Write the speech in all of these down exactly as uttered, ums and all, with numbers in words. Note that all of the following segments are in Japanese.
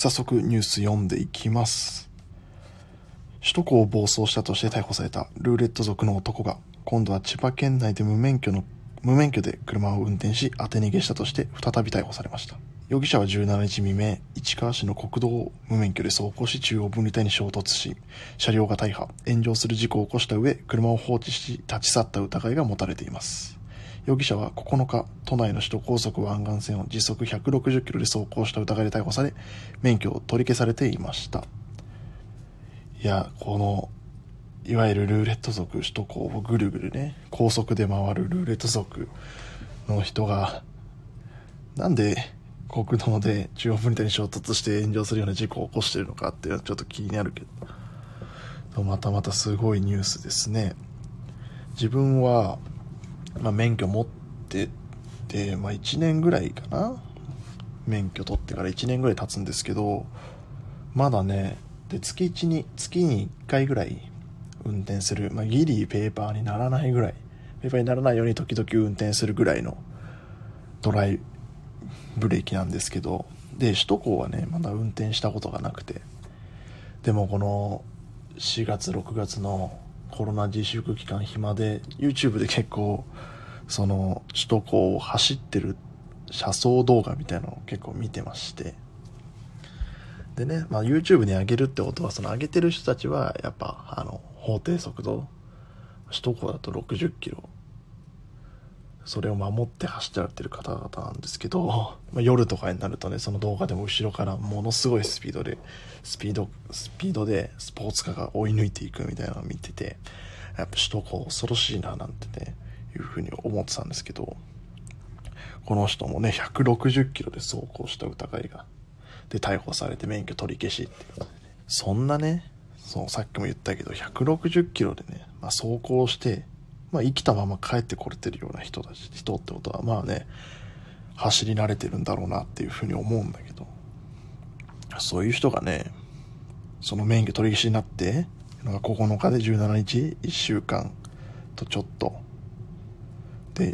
早速ニュース読んでいきます。首都高を暴走したとして逮捕されたルーレット族の男が、今度は千葉県内で無免許の無免許で車を運転し当て逃げしたとして再び逮捕されました。容疑者はじゅうしちにち未明、市川市の国道を無免許で走行し中央分離帯に衝突し、車両が大破、炎上する事故を起こした上、車を放置し立ち去った疑いが持たれています。容疑者はここのか、都内の首都高速湾岸線を時速ひゃくろくじゅっキロで走行した疑いで逮捕され、免許を取り消されていました。いや、このいわゆるルーレット族、首都高をぐるぐるね、高速で回るルーレット族の人がなんで国道で中央分離帯に衝突して炎上するような事故を起こしているのかっていうのはちょっと気になるけど、またまたすごいニュースですね。自分は、まあ、免許持ってて、まあ、いちねんぐらいかな、免許取ってからいちねんぐらい経つんですけど、まだね、で月いちに月にいっかいぐらい運転する、まあ、ギリペーパーにならないぐらい、ペーパーにならないように時々運転するぐらいのドライブ歴なんですけど、で首都高はねまだ運転したことがなくて、でもこのしがつろくがつのコロナ自粛期間暇で YouTube で結構その首都高を走ってる車窓動画みたいなのを結構見てまして、でね、まあ、YouTube に上げるってことはその上げてる人たちはやっぱあの法定速度、首都高だとろくじゅっキロ、それを守って走ってられてる方々なんですけど、まあ、夜とかになるとね、その動画でも後ろからものすごいスピードでスピードスピードでスポーツカーが追い抜いていくみたいなのを見てて、やっぱ首都高恐ろしいななんてねいうふうに思ってたんですけど、この人もねひゃくろくじゅっキロで走行した疑いがで逮捕されて免許取り消しっていう、ね、そんなね、そうさっきも言ったけどひゃくろくじゅっキロでね、まあ、走行してまあ、生きたまま帰ってこれてるような人たち人ってことはまあね走り慣れてるんだろうなっていうふうに思うんだけど、そういう人がねその免許取り消しになってここのかでじゅうしちにちいっしゅうかんとちょっとで、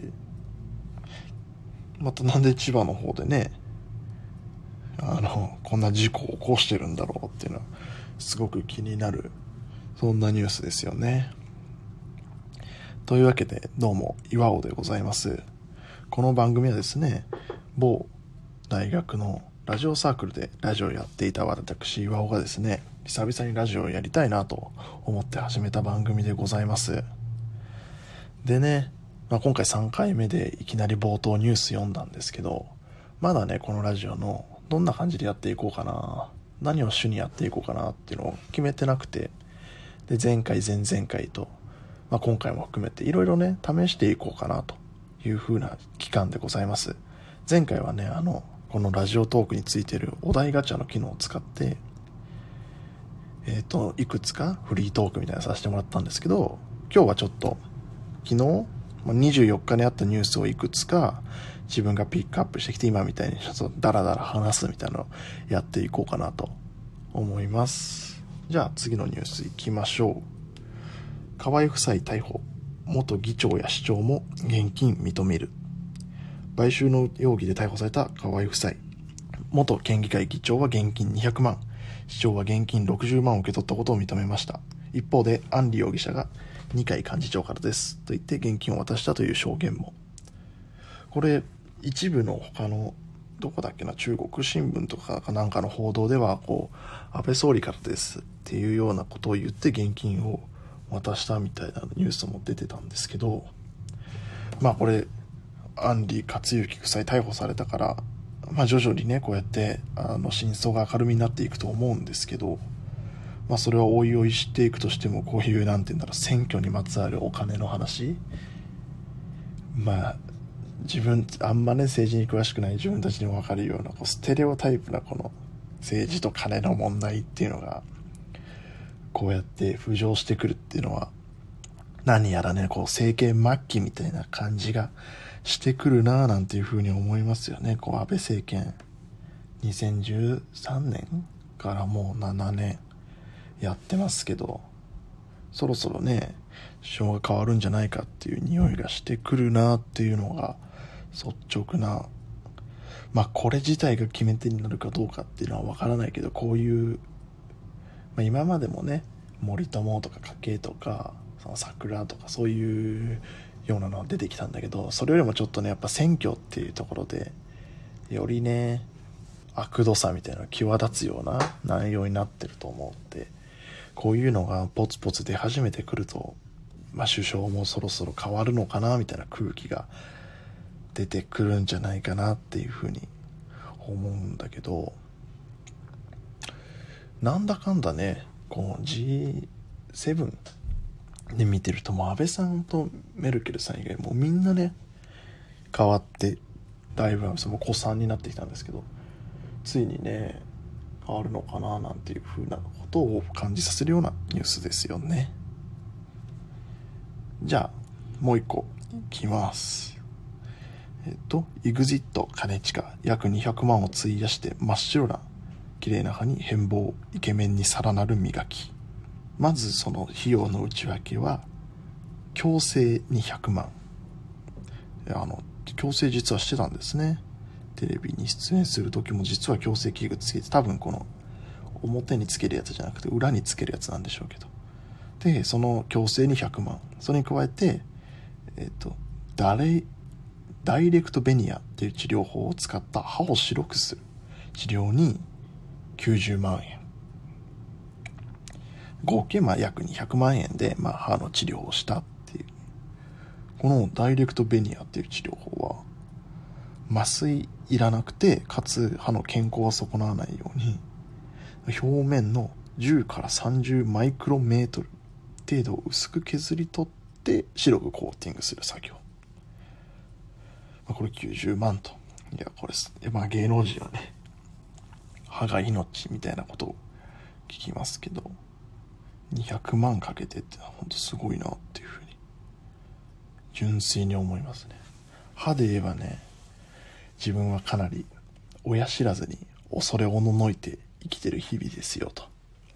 またなんで千葉の方でねあのこんな事故を起こしてるんだろうっていうのはすごく気になる、そんなニュースですよね。というわけでどうも岩尾でございます。この番組はですね、某大学のラジオサークルでラジオをやっていた私岩尾がですね、久々にラジオをやりたいなと思って始めた番組でございます。でね、まあ、今回さんかいめでいきなり冒頭ニュース読んだんですけど、まだねこのラジオのどんな感じでやっていこうかな、何を主にやっていこうかなっていうのを決めてなくて、で前回前々回とまあ、今回も含めていろいろね試していこうかなという風な期間でございます。前回はねあのこのラジオトークについているお題ガチャの機能を使ってえっといくつかフリートークみたいなさせてもらったんですけど、今日はちょっと昨日にじゅうよっかにあったニュースをいくつか自分がピックアップしてきて今みたいにちょっとダラダラ話すみたいなのをやっていこうかなと思います。じゃあ次のニュースいきましょう。河井夫妻逮捕、元議長や市長も現金認める。買収の容疑で逮捕された河井夫妻、元県議会議長は現金にひゃくまん、市長は現金ろくじゅうまんを受け取ったことを認めました。一方で安里容疑者が二階幹事長からですと言って現金を渡したという証言も。これ一部の他のどこだっけな、中国新聞とかなんかの報道ではこう安倍総理からですっていうようなことを言って現金を渡したみたいなニュースも出てたんですけど、まあこれ安里克行夫妻逮捕されたから、まあ、徐々にねこうやってあの真相が明るみになっていくと思うんですけど、まあそれはおいおい知っていくとしても、こういうなんていうんだろう、選挙にまつわるお金の話、まあ自分あんまね政治に詳しくない自分たちにも分かるようなこうステレオタイプなこの政治と金の問題っていうのがこうやって浮上してくるっていうのは、何やらねこう政権末期みたいな感じがしてくるななんていうふうに思いますよね。こう安倍政権にせんじゅうさんねんからもうななねんやってますけど、そろそろね首相が変わるんじゃないかっていう匂いがしてくるなっていうのが率直なまあこれ自体が決め手になるかどうかっていうのはわからないけど、こういう、まあ、今までもね森友とか家計とかその桜とかそういうようなのは出てきたんだけど、それよりもちょっとねやっぱ選挙っていうところでよりね悪どさみたいなのが際立つような内容になってると思って、こういうのがポツポツ出始めてくると、まあ首相もそろそろ変わるのかなみたいな空気が出てくるんじゃないかなっていうふうに思うんだけど、なんだかんだねこの ジーセブン で見てると、もう安倍さんとメルケルさん以外もうみんなね変わってだいぶその古参になってきたんですけど、ついにね変わるのかななんていう風なことを感じさせるようなニュースですよね。じゃあもう一個いきます。えっと イグジット 兼近約にひゃくまんを費やして真っ白な綺麗な歯に変貌、イケメンにさらなる磨き。まずその費用の内訳は矯正にひゃくまん、あの矯正実はしてたんですね。テレビに出演する時も実は矯正器具つけて、多分この表につけるやつじゃなくて裏につけるやつなんでしょうけど、でその矯正にひゃくまん、それに加えてえっとダレダイレクトベニヤっていう治療法を使った歯を白くする治療にきゅうじゅうまんえん、合計まあ約にひゃくまんえんで、まあ、歯の治療をしたっていう。このダイレクトベニヤっていう治療法は麻酔いらなくて、かつ歯の健康を損なわないように表面のじゅうからさんじゅうマイクロメートル程度を薄く削り取って白くコーティングする作業、まあ、これきゅうじゅうまんと。いやこれまあ芸能人はね歯が命みたいなことを聞きますけど、にひゃくまんかけてってのは本当すごいなっていうふうに純粋に思いますね。歯で言えばね、自分はかなり親知らずに恐れおののいて生きてる日々ですよと。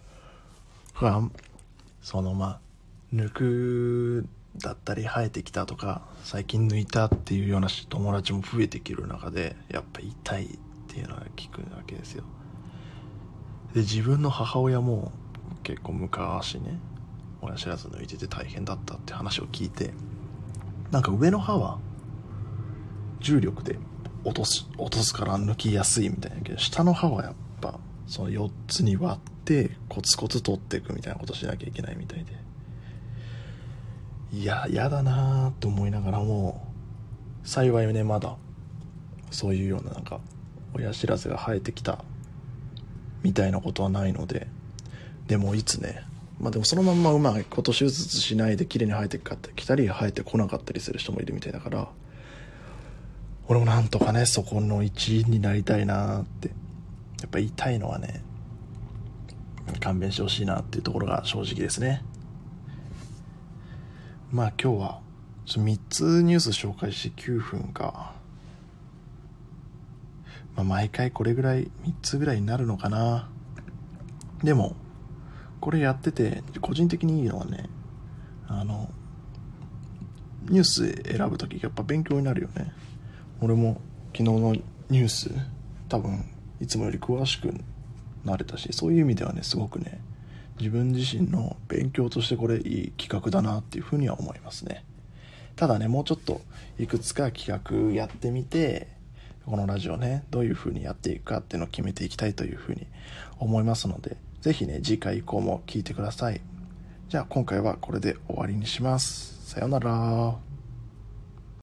そのまあ抜くだったり生えてきたとか最近抜いたっていうような友達も増えてくる中で、やっぱ痛いっていうのが聞くわけですよ。で自分の母親も結構昔ね親知らず抜いてて大変だったって話を聞いて、なんか上の歯は重力で落とす落とすから抜きやすいみたいなけど、下の歯はやっぱそのよっつに割ってコツコツ取っていくみたいなことしなきゃいけないみたいで、いや嫌だなーと思いながらも、幸いねまだそういうようななんか親知らずが生えてきたみたいなことはないので、でもいつね、まあでもそのまんまうまいこと手術しないで綺麗に生えてきたり生えてこなかったりする人もいるみたいだから、俺もなんとかねそこの一員になりたいなって。やっぱ痛いのはね勘弁してほしいなっていうところが正直ですね。まあ今日はみっつニュース紹介してきゅうふんか、まあ、毎回これぐらいみっつぐらいになるのかな。でもこれやってて個人的にいいのはね、あのニュース選ぶときやっぱ勉強になるよね。俺も昨日のニュース多分いつもより詳しくなれたし、そういう意味ではねすごくね自分自身の勉強としてこれいい企画だなっていうふうには思いますね。ただねもうちょっといくつか企画やってみて、このラジオねどういうふうにやっていくかっていうのを決めていきたいというふうに思いますので、ぜひね次回以降も聞いてください。じゃあ今回はこれで終わりにします。さようなら。